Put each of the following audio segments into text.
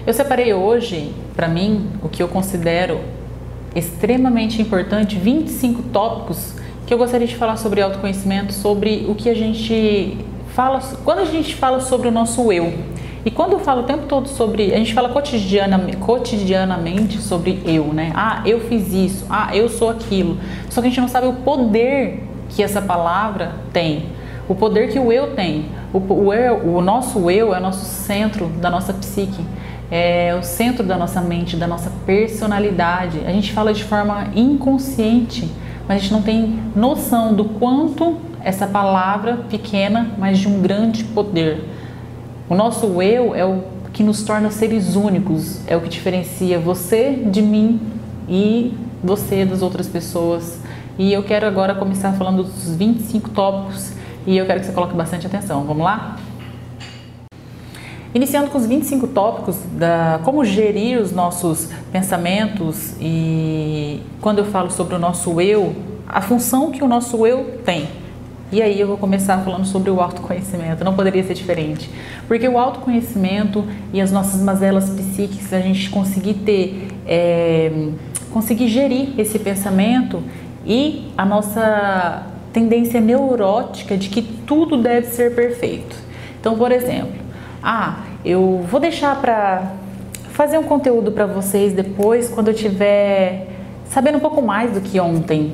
Eu separei hoje, para mim, o que eu considero extremamente importante, 25 tópicos que eu gostaria de falar sobre autoconhecimento, sobre o que a gente fala, quando a gente fala sobre o nosso eu. E quando eu falo o tempo todo sobre, a gente fala cotidianamente sobre eu, né? Ah, eu fiz isso, ah, eu sou aquilo. Só que a gente não sabe o poder que essa palavra tem, o poder que o eu tem. O nosso eu é o nosso centro da nossa psique, é o centro da nossa mente, da nossa personalidade. A gente fala de forma inconsciente, mas a gente não tem noção do quanto essa palavra pequena, mas de um grande poder. O nosso eu é o que nos torna seres únicos, é o que diferencia você de mim e você das outras pessoas. E eu quero agora começar falando dos 25 tópicos e eu quero que você coloque bastante atenção. Vamos lá? Iniciando com os 25 tópicos da como gerir os nossos pensamentos, e quando eu falo sobre o nosso eu, a função que o nosso eu tem. E aí eu vou começar falando sobre o autoconhecimento, não poderia ser diferente. Porque o autoconhecimento e as nossas mazelas psíquicas, a gente conseguir conseguir gerir esse pensamento e a nossa tendência neurótica de que tudo deve ser perfeito. Então, por exemplo, eu vou deixar para fazer um conteúdo para vocês depois, quando eu estiver sabendo um pouco mais do que ontem.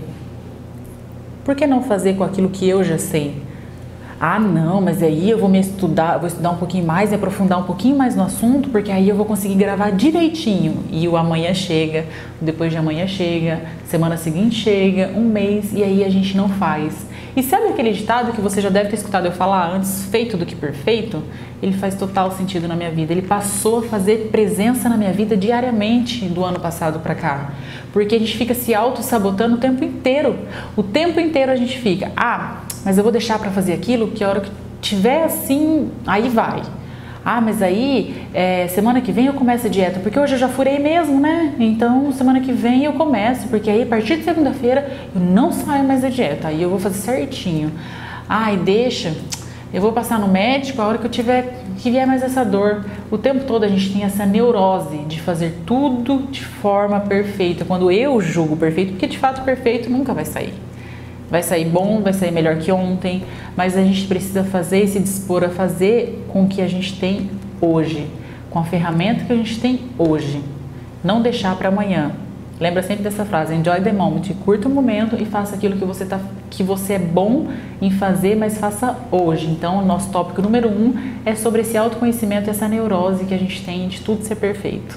Por que não fazer com aquilo que eu já sei? Ah, não, mas aí eu vou vou estudar um pouquinho mais e aprofundar um pouquinho mais no assunto, porque aí eu vou conseguir gravar direitinho. E o amanhã chega, depois de amanhã chega, semana seguinte chega, um mês, e aí a gente não faz. E sabe aquele ditado que você já deve ter escutado eu falar antes, feito do que perfeito? Ele faz total sentido na minha vida. Ele passou a fazer presença na minha vida diariamente do ano passado para cá. Porque a gente fica se auto-sabotando o tempo inteiro. O tempo inteiro a gente fica, mas eu vou deixar para fazer aquilo que a hora que tiver assim, aí vai. Mas aí semana que vem eu começo a dieta, porque hoje eu já furei mesmo, né? Então semana que vem eu começo, porque aí a partir de segunda-feira eu não saio mais da dieta, aí eu vou fazer certinho. Deixa, eu vou passar no médico a hora que vier mais essa dor. O tempo todo a gente tem essa neurose de fazer tudo de forma perfeita, quando eu julgo perfeito, porque de fato perfeito nunca vai sair. Vai sair bom, vai sair melhor que ontem, mas a gente precisa fazer e se dispor a fazer com o que a gente tem hoje, com a ferramenta que a gente tem hoje. Não deixar para amanhã. Lembra sempre dessa frase, enjoy the moment, curta o momento e faça aquilo que você é bom em fazer, mas faça hoje. Então, o nosso tópico número 1 é sobre esse autoconhecimento, essa neurose que a gente tem de tudo ser perfeito.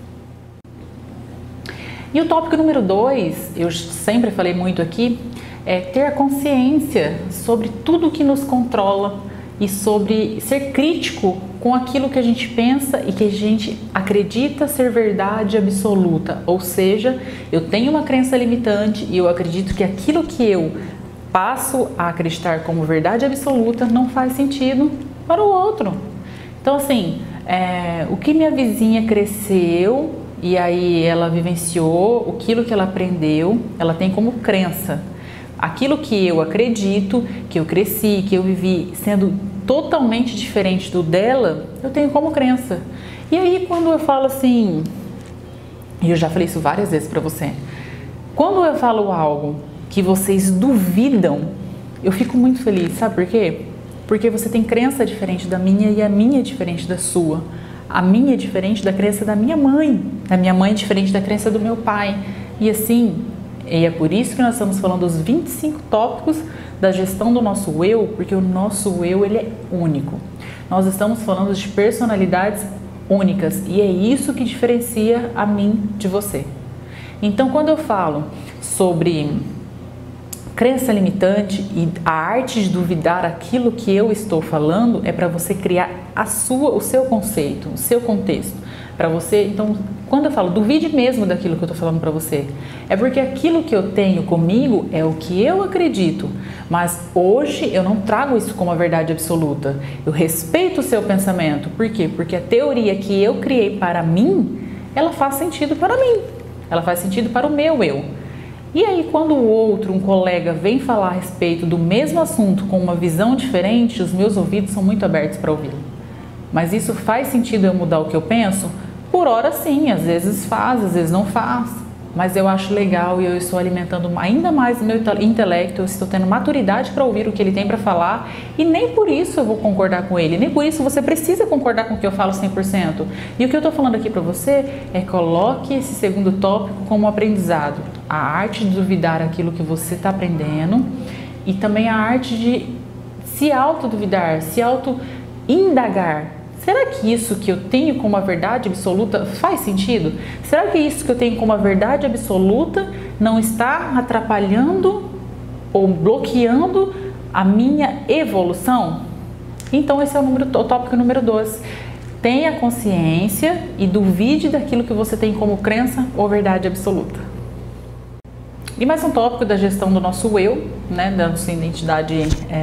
E o tópico número 2, eu sempre falei muito aqui, é ter a consciência sobre tudo que nos controla e sobre ser crítico com aquilo que a gente pensa e que a gente acredita ser verdade absoluta. Ou seja, eu tenho uma crença limitante e eu acredito que aquilo que eu passo a acreditar como verdade absoluta não faz sentido para o outro. Então, assim, o que minha vizinha cresceu e aí ela vivenciou, aquilo que ela aprendeu, ela tem como crença. Aquilo que eu acredito, que eu cresci, que eu vivi sendo totalmente diferente do dela, eu tenho como crença. E aí quando eu falo assim, e eu já falei isso várias vezes para você, quando eu falo algo que vocês duvidam, eu fico muito feliz, sabe por quê? Porque você tem crença diferente da minha e a minha é diferente da sua. A minha é diferente da crença da minha mãe é diferente da crença do meu pai. E assim, e é por isso que nós estamos falando dos 25 tópicos da gestão do nosso eu, porque o nosso eu, ele é único. Nós estamos falando de personalidades únicas e é isso que diferencia a mim de você. Então, quando eu falo sobre crença limitante e a arte de duvidar aquilo que eu estou falando, é para você criar o seu conceito, o seu contexto. Para você, então, quando eu falo duvide mesmo daquilo que eu estou falando para você, é porque aquilo que eu tenho comigo é o que eu acredito, mas hoje eu não trago isso como a verdade absoluta. Eu respeito o seu pensamento. Por quê? Porque a teoria que eu criei para mim, ela faz sentido para mim, ela faz sentido para o meu eu. E aí, quando o outro, um colega, vem falar a respeito do mesmo assunto com uma visão diferente, os meus ouvidos são muito abertos para ouvir. Mas isso faz sentido eu mudar o que eu penso? Por hora sim, às vezes faz, às vezes não faz, mas eu acho legal e eu estou alimentando ainda mais o meu intelecto, eu estou tendo maturidade para ouvir o que ele tem para falar e nem por isso eu vou concordar com ele, nem por isso você precisa concordar com o que eu falo 100%. E o que eu estou falando aqui para você é coloque esse segundo tópico como aprendizado, a arte de duvidar aquilo que você está aprendendo e também a arte de se autoduvidar, se auto-indagar. Será que isso que eu tenho como a verdade absoluta faz sentido? Será que isso que eu tenho como a verdade absoluta não está atrapalhando ou bloqueando a minha evolução? Então esse é o tópico número 2. Tenha consciência e duvide daquilo que você tem como crença ou verdade absoluta. E mais um tópico da gestão do nosso eu, né, da nossa identidade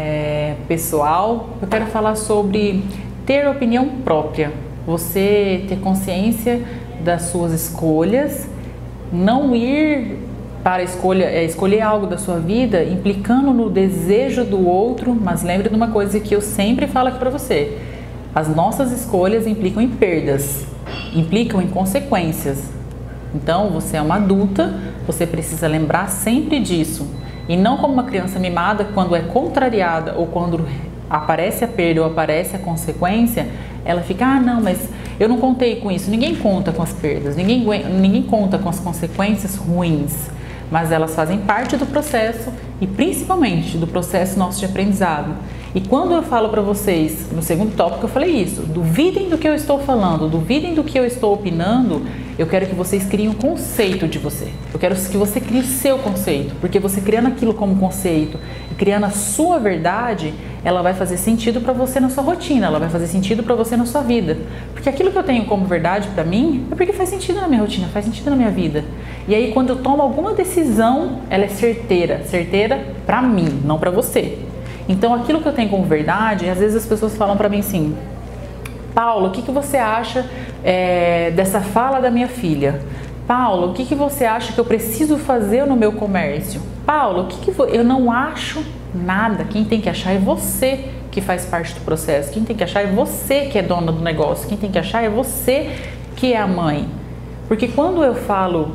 pessoal. Eu quero falar sobre ter opinião própria, você ter consciência das suas escolhas, não ir para escolher algo da sua vida implicando no desejo do outro, mas lembre de uma coisa que eu sempre falo aqui para você, as nossas escolhas implicam em perdas, implicam em consequências. Então você é uma adulta, você precisa lembrar sempre disso e não como uma criança mimada quando é contrariada ou quando aparece a perda ou aparece a consequência, ela fica, não, mas eu não contei com isso. Ninguém conta com as perdas, ninguém conta com as consequências ruins, mas elas fazem parte do processo e principalmente do processo nosso de aprendizado. E quando eu falo para vocês, no segundo tópico eu falei isso, duvidem do que eu estou falando, duvidem do que eu estou opinando, eu quero que vocês criem um conceito de você. Eu quero que você crie o seu conceito, porque você criando aquilo como conceito e criando a sua verdade, ela vai fazer sentido para você na sua rotina, ela vai fazer sentido para você na sua vida. Porque aquilo que eu tenho como verdade para mim é porque faz sentido na minha rotina, faz sentido na minha vida. E aí quando eu tomo alguma decisão, ela é certeira para mim, não para você. Então aquilo que eu tenho como verdade, às vezes as pessoas falam para mim assim, Paulo, o que você acha dessa fala da minha filha? Paulo, o que você acha que eu preciso fazer no meu comércio? Paulo, eu não acho nada. Quem tem que achar é você que faz parte do processo. Quem tem que achar é você que é dona do negócio. Quem tem que achar é você que é a mãe. Porque quando eu falo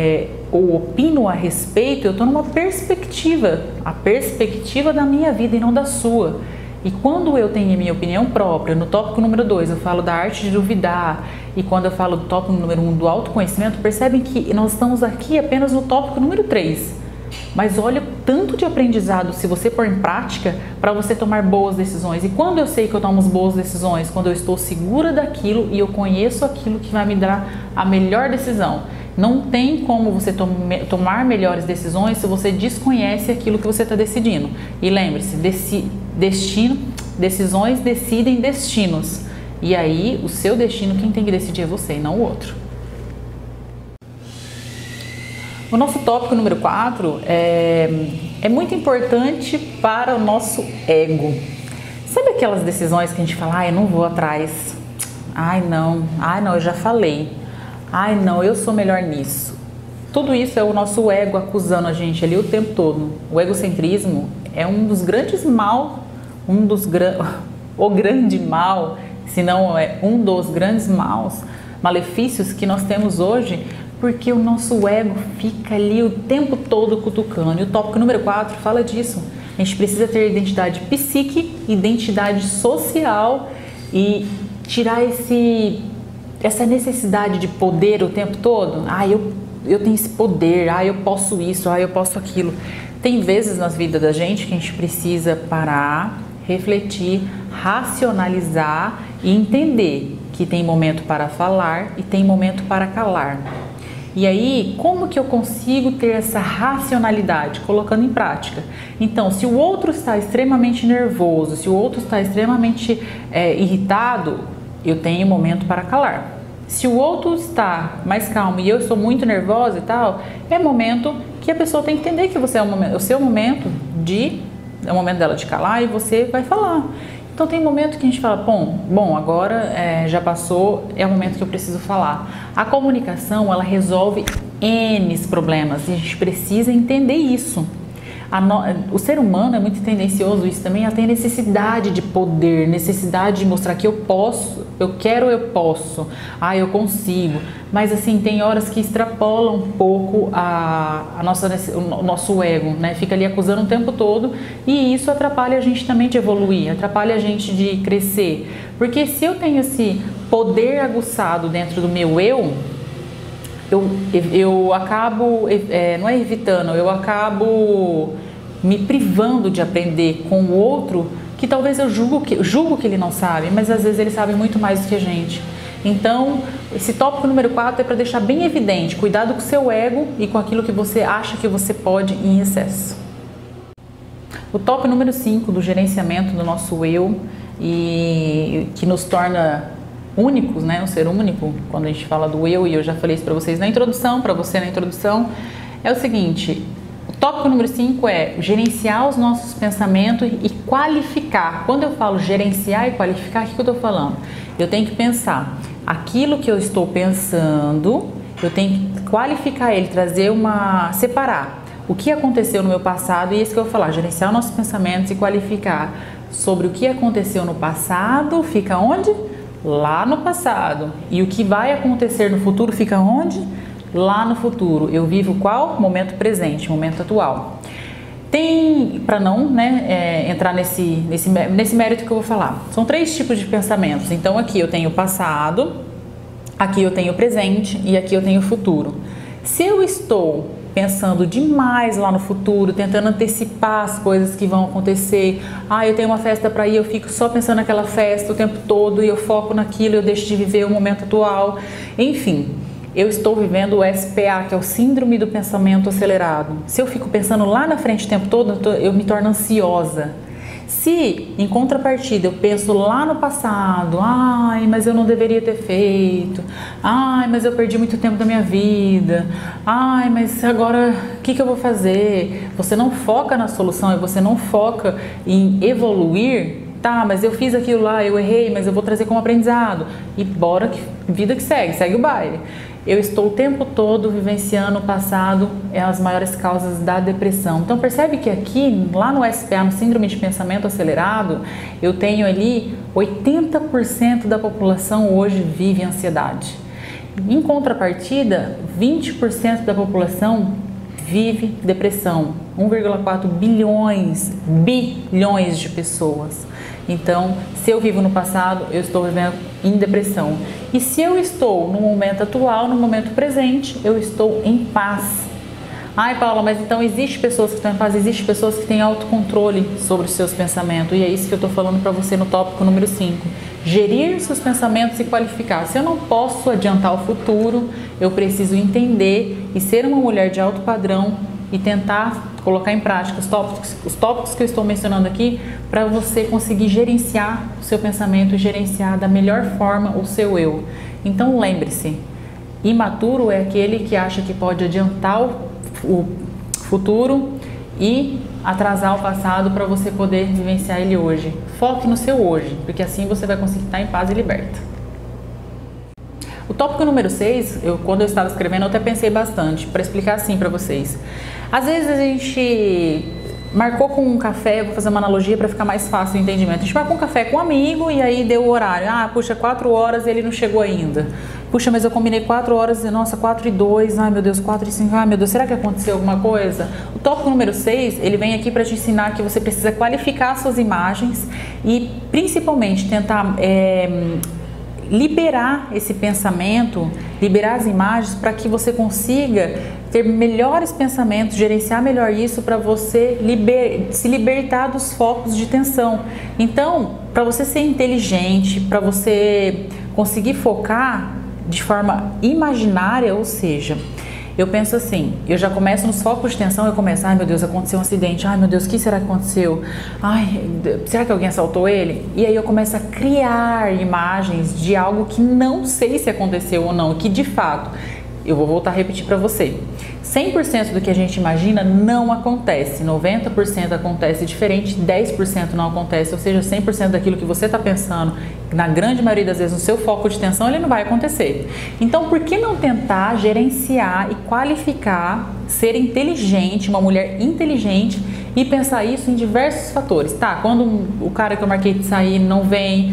ou opino a respeito, eu estou numa perspectiva, a perspectiva da minha vida e não da sua. E quando eu tenho a minha opinião própria, no tópico número 2 eu falo da arte de duvidar, e quando eu falo do tópico número 1 do autoconhecimento, percebem que nós estamos aqui apenas no tópico número 3. Mas olha o tanto de aprendizado se você pôr em prática para você tomar boas decisões. E quando eu sei que eu tomo boas decisões? Quando eu estou segura daquilo e eu conheço aquilo que vai me dar a melhor decisão. Não tem como você tomar melhores decisões se você desconhece aquilo que você está decidindo. E lembre-se, decisões decidem destinos. E aí, o seu destino, quem tem que decidir é você e não o outro. O nosso tópico número 4 é muito importante para o nosso ego. Sabe aquelas decisões que a gente fala, eu não vou atrás, não, eu já falei, não, eu sou melhor nisso. Tudo isso é o nosso ego acusando a gente ali o tempo todo. O egocentrismo é um dos grandes mal, o grande mal, se não é um dos grandes malefícios que nós temos hoje, porque o nosso ego fica ali o tempo todo cutucando. E o tópico número 4 fala disso. A gente precisa ter identidade psíquica, identidade social e tirar essa necessidade de poder o tempo todo. Eu tenho esse poder, eu posso isso, eu posso aquilo. Tem vezes nas vidas da gente que a gente precisa parar, refletir, racionalizar e entender que tem momento para falar e tem momento para calar. E aí, como que eu consigo ter essa racionalidade? Colocando em prática. Então, se o outro está extremamente nervoso, se o outro está extremamente irritado, eu tenho momento para calar. Se o outro está mais calmo e eu estou muito nervosa e tal, é momento que a pessoa tem que entender que você o seu momento é o momento dela de calar e você vai falar. Então tem momento que a gente fala, bom, agora já passou, é o momento que eu preciso falar. A comunicação, ela resolve N problemas e a gente precisa entender isso. O ser humano é muito tendencioso isso também, ela tem necessidade de poder, necessidade de mostrar que eu posso eu quero, eu posso, eu consigo. Mas assim, tem horas que extrapolam um pouco o nosso ego, né? Fica ali acusando o tempo todo e isso atrapalha a gente também de evoluir, atrapalha a gente de crescer. Porque se eu tenho esse poder aguçado dentro do meu eu acabo, não é evitando, eu acabo me privando de aprender com o outro que talvez eu julgo que ele não sabe, mas às vezes ele sabe muito mais do que a gente. Então, esse tópico número 4 é para deixar bem evidente, cuidado com o seu ego e com aquilo que você acha que você pode em excesso. O tópico número 5 do gerenciamento do nosso eu e que nos torna únicos, né? Um ser único, quando a gente fala do eu, e eu já falei isso para vocês na introdução, para você na introdução, é o seguinte: o tópico número 5 é gerenciar os nossos pensamentos e qualificar. Quando eu falo gerenciar e qualificar, o que eu estou falando? Eu tenho que pensar aquilo que eu estou pensando, eu tenho que qualificar ele, separar o que aconteceu no meu passado, e isso que eu vou falar, gerenciar os nossos pensamentos e qualificar sobre o que aconteceu no passado, fica onde? Lá no passado. E o que vai acontecer no futuro fica onde? Lá no futuro. Eu vivo qual? Momento presente, momento atual. Tem, para não entrar nesse mérito que eu vou falar, são 3 tipos de pensamentos. Então aqui eu tenho o passado, aqui eu tenho o presente e aqui eu tenho o futuro. Se eu estou pensando demais lá no futuro, tentando antecipar as coisas que vão acontecer, eu tenho uma festa para ir, eu fico só pensando naquela festa o tempo todo e eu foco naquilo, eu deixo de viver o momento atual, enfim. Eu estou vivendo o SPA, que é o Síndrome do Pensamento Acelerado. Se eu fico pensando lá na frente o tempo todo, eu me torno ansiosa. Se, em contrapartida, eu penso lá no passado, mas eu não deveria ter feito, mas eu perdi muito tempo da minha vida, mas agora o que eu vou fazer? Você não foca na solução e você não foca em evoluir. Tá, mas eu fiz aquilo lá, eu errei, mas eu vou trazer como aprendizado. E bora, vida que segue o baile. Eu estou o tempo todo vivenciando o passado, as maiores causas da depressão. Então percebe que aqui, lá no SPA, no Síndrome de Pensamento Acelerado, eu tenho ali 80% da população hoje vive ansiedade. Em contrapartida, 20% da população vive depressão. 1,4 bilhões de pessoas. Então, se eu vivo no passado, eu estou vivendo em depressão. E se eu estou no momento atual, no momento presente, eu estou em paz. Paula, mas então existe pessoas que estão em paz, existe pessoas que têm autocontrole sobre os seus pensamentos. E é isso que eu estou falando para você no tópico número 5. Gerir seus pensamentos e qualificar. Se eu não posso adiantar o futuro, eu preciso entender e ser uma mulher de alto padrão e tentar colocar em prática os tópicos que eu estou mencionando aqui para você conseguir gerenciar o seu pensamento e gerenciar da melhor forma o seu eu. Então lembre-se, imaturo é aquele que acha que pode adiantar o futuro e atrasar o passado para você poder vivenciar ele hoje. Foque no seu hoje, porque assim você vai conseguir estar em paz e liberta. O tópico número 6, quando eu estava escrevendo, eu até pensei bastante, para explicar assim para vocês. Às vezes a gente marcou com um café, vou fazer uma analogia para ficar mais fácil o entendimento. A gente marcou um café com um amigo e aí deu o horário. Puxa, 4 horas e ele não chegou ainda. Puxa, mas eu combinei 4 horas e, nossa, 4 e 2, ai meu Deus, 4 e 5, ai meu Deus, será que aconteceu alguma coisa? O tópico número 6, ele vem aqui para te ensinar que você precisa qualificar suas imagens e principalmente tentar liberar esse pensamento, liberar as imagens para que você consiga ter melhores pensamentos, gerenciar melhor isso para você se libertar dos focos de tensão. Então, para você ser inteligente, para você conseguir focar de forma imaginária, ou seja, eu penso assim, eu já começo nos focos de tensão, eu começo, ai meu Deus, aconteceu um acidente, ai meu Deus, o que será que aconteceu? Ai, será que alguém assaltou ele? E aí eu começo a criar imagens de algo que não sei se aconteceu ou não, que de fato, eu vou voltar a repetir para você, 100% do que a gente imagina não acontece, 90% acontece diferente, 10% não acontece, ou seja, 100% daquilo que você está pensando, na grande maioria das vezes no seu foco de tensão, ele não vai acontecer. Então, por que não tentar gerenciar e qualificar, ser inteligente, uma mulher inteligente e pensar isso em diversos fatores? Tá, quando o cara que eu marquei de sair não vem,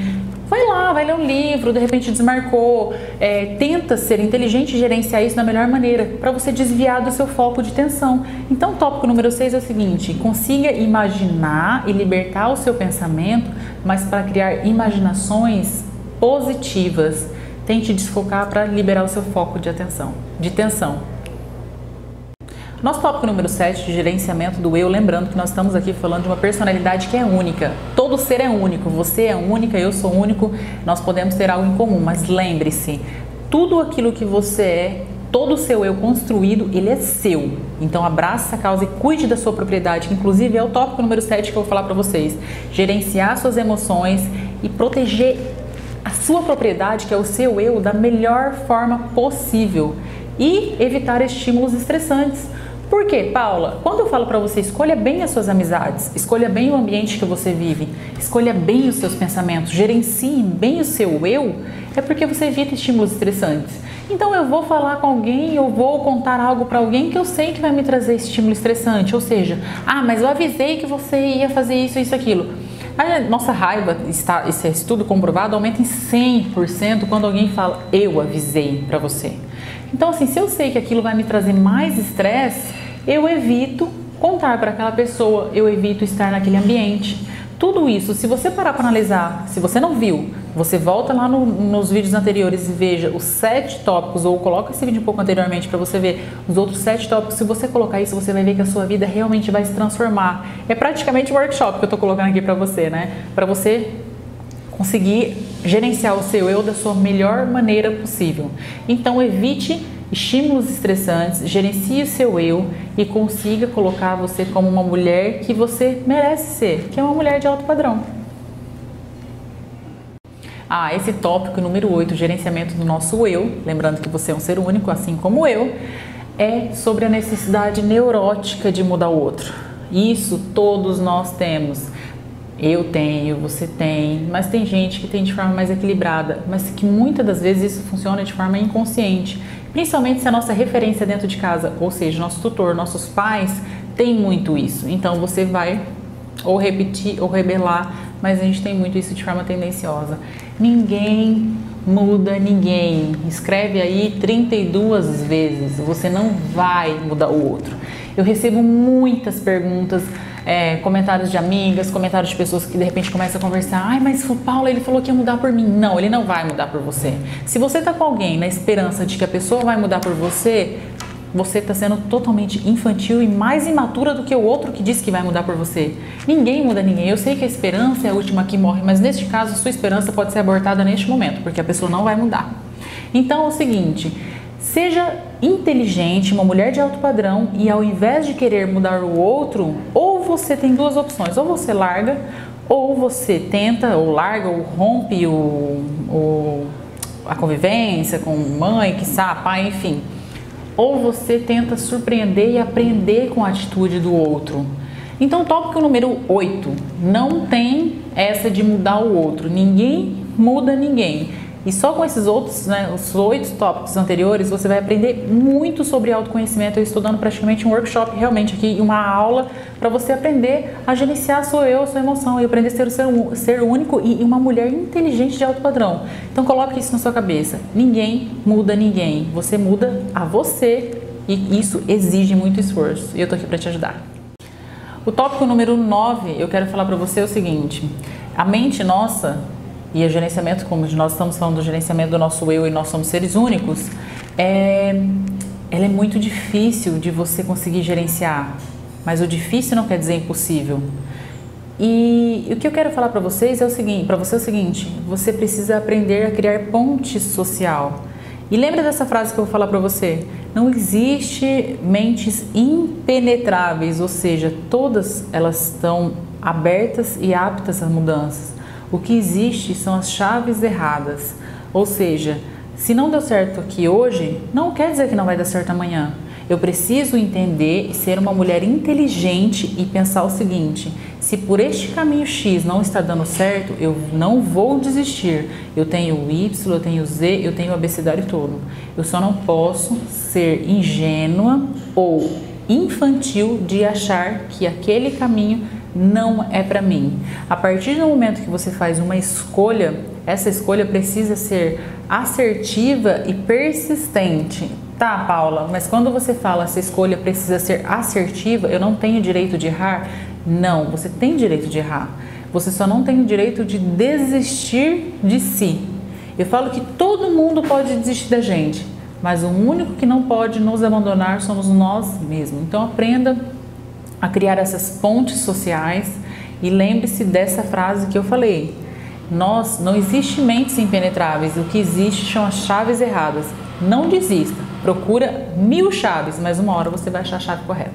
vai lá, vai ler um livro, de repente desmarcou, tenta ser inteligente e gerenciar isso da melhor maneira, para você desviar do seu foco de tensão. Então, o tópico número 6 é o seguinte: consiga imaginar e libertar o seu pensamento, mas para criar imaginações positivas. Tente desfocar para liberar o seu foco de tensão. Nosso tópico número 7, gerenciamento do eu, lembrando que nós estamos aqui falando de uma personalidade que é única. Todo ser é único, você é única, eu sou único, nós podemos ter algo em comum, mas lembre-se, tudo aquilo que você é, todo o seu eu construído, ele é seu. Então abrace essa causa e cuide da sua propriedade, que inclusive é o tópico número 7 que eu vou falar para vocês. Gerenciar suas emoções e proteger a sua propriedade, que é o seu eu, da melhor forma possível. E evitar estímulos estressantes. Por quê, Paula? Quando eu falo para você, escolha bem as suas amizades, escolha bem o ambiente que você vive, escolha bem os seus pensamentos, gerencie bem o seu eu, é porque você evita estímulos estressantes. Então eu vou falar com alguém, eu vou contar algo para alguém que eu sei que vai me trazer estímulo estressante, ou seja, mas eu avisei que você ia fazer isso, isso, aquilo. A nossa raiva, esse estudo comprovado, aumenta em 100% quando alguém fala, eu avisei para você. Então, assim, se eu sei que aquilo vai me trazer mais estresse, eu evito contar para aquela pessoa, eu evito estar naquele ambiente. Tudo isso, se você parar para analisar, se você não viu, você volta lá nos vídeos anteriores e veja os 7 tópicos, ou coloca esse vídeo um pouco anteriormente para você ver os outros 7 tópicos. Se você colocar isso, você vai ver que a sua vida realmente vai se transformar. É praticamente um workshop que eu estou colocando aqui para você, né? Para você conseguir gerenciar o seu eu da sua melhor maneira possível. Então, evite estímulos estressantes, gerencie o seu eu e consiga colocar você como uma mulher que você merece ser, que é uma mulher de alto padrão. Esse tópico número 8, gerenciamento do nosso eu, lembrando que você é um ser único, assim como eu, é sobre a necessidade neurótica de mudar o outro. Isso todos nós temos. Eu tenho, você tem, mas tem gente que tem de forma mais equilibrada, mas que muitas das vezes isso funciona de forma inconsciente, principalmente se a nossa referência dentro de casa, ou seja, nosso tutor, nossos pais, tem muito isso. Então você vai ou repetir ou rebelar, mas a gente tem muito isso de forma tendenciosa. Ninguém muda ninguém. Escreve aí 32 vezes, você não vai mudar o outro. Eu recebo muitas perguntas, comentários de amigas, comentários de pessoas que de repente começam a conversar. Mas o Paulo, ele falou que ia mudar por mim. Não, ele não vai mudar por você. Se você está com alguém na esperança de que a pessoa vai mudar por você, você está sendo totalmente infantil e mais imatura do que o outro que disse que vai mudar por você. Ninguém muda ninguém. Eu sei que a esperança é a última que morre, mas neste caso a sua esperança pode ser abortada neste momento, porque a pessoa não vai mudar. Então é o seguinte, seja inteligente, uma mulher de alto padrão, e ao invés de querer mudar o outro, ou você tem duas opções, ou você larga, ou você tenta, ou larga, ou rompe a convivência com mãe, quiçá, pai, enfim. Ou você tenta surpreender e aprender com a atitude do outro. Então, tópico número 8, não tem essa de mudar o outro, ninguém muda ninguém. E só com esses outros, os 8 tópicos anteriores, você vai aprender muito sobre autoconhecimento. Eu estou dando praticamente um workshop realmente aqui, uma aula para você aprender a gerenciar seu eu, sua emoção e aprender a ser um ser único e uma mulher inteligente de alto padrão. Então coloque isso na sua cabeça. Ninguém muda ninguém. Você muda a você e isso exige muito esforço. E eu estou aqui para te ajudar. O tópico número 9, eu quero falar para você o seguinte. A mente nossa... E o gerenciamento, como nós estamos falando do gerenciamento do nosso eu e nós somos seres únicos, ela é muito difícil de você conseguir gerenciar. Mas o difícil não quer dizer impossível. E o que eu quero falar para vocês é o seguinte, você precisa aprender a criar ponte social. E lembra dessa frase que eu vou falar para você? Não existe mentes impenetráveis, ou seja, todas elas estão abertas e aptas às mudanças. O que existe são as chaves erradas, ou seja, se não deu certo aqui hoje, não quer dizer que não vai dar certo amanhã. Eu preciso entender e ser uma mulher inteligente e pensar o seguinte, se por este caminho X não está dando certo, eu não vou desistir. Eu tenho o Y, eu tenho o Z, eu tenho o abecedário todo. Eu só não posso ser ingênua ou infantil de achar que aquele caminho não é para mim. A partir do momento que você faz uma escolha, essa escolha precisa ser assertiva e persistente. Tá, Paula, mas quando você fala essa escolha precisa ser assertiva, eu não tenho direito de errar? Não, você tem direito de errar. Você só não tem o direito de desistir de si. Eu falo que todo mundo pode desistir da gente, mas o único que não pode nos abandonar somos nós mesmos. Então aprenda a criar essas pontes sociais e lembre-se dessa frase que eu falei. Não existe mentes impenetráveis, o que existe são as chaves erradas. Não desista, procura 1000 chaves, mas uma hora você vai achar a chave correta.